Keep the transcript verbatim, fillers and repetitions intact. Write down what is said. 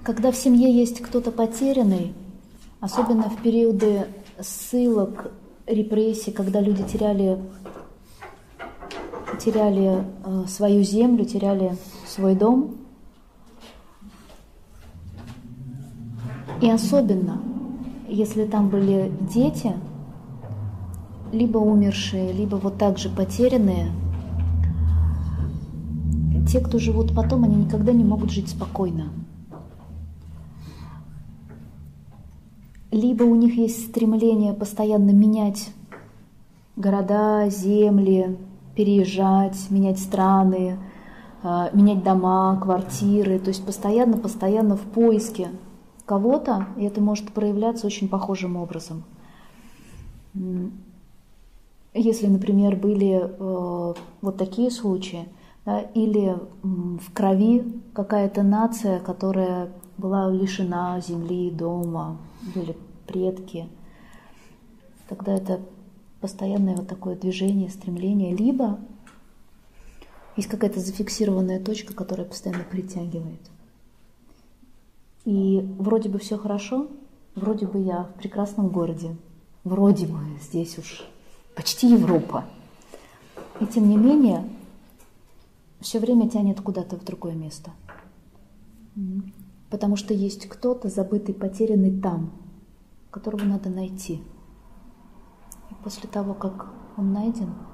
Когда в семье есть кто-то потерянный, особенно в периоды ссылок, репрессий, когда люди теряли, теряли э, свою землю, теряли свой дом, и особенно, если там были дети, либо умершие, либо вот так же потерянные, те, кто живут потом, они никогда не могут жить спокойно. Либо у них есть стремление постоянно менять города, земли, переезжать, менять страны, менять дома, квартиры, то есть постоянно-постоянно в поиске кого-то, и это может проявляться очень похожим образом. Если, например, были э, вот такие случаи, да, или в крови какая-то нация, которая была лишена земли, дома, были предки, тогда это постоянное вот такое движение, стремление, либо есть какая-то зафиксированная точка, которая постоянно притягивает. И вроде бы все хорошо, вроде бы я в прекрасном городе, вроде бы здесь уж почти Европа. И тем не менее, все время тянет куда-то в другое место. Потому что есть кто-то забытый, потерянный там, которого надо найти. И после того, как он найден,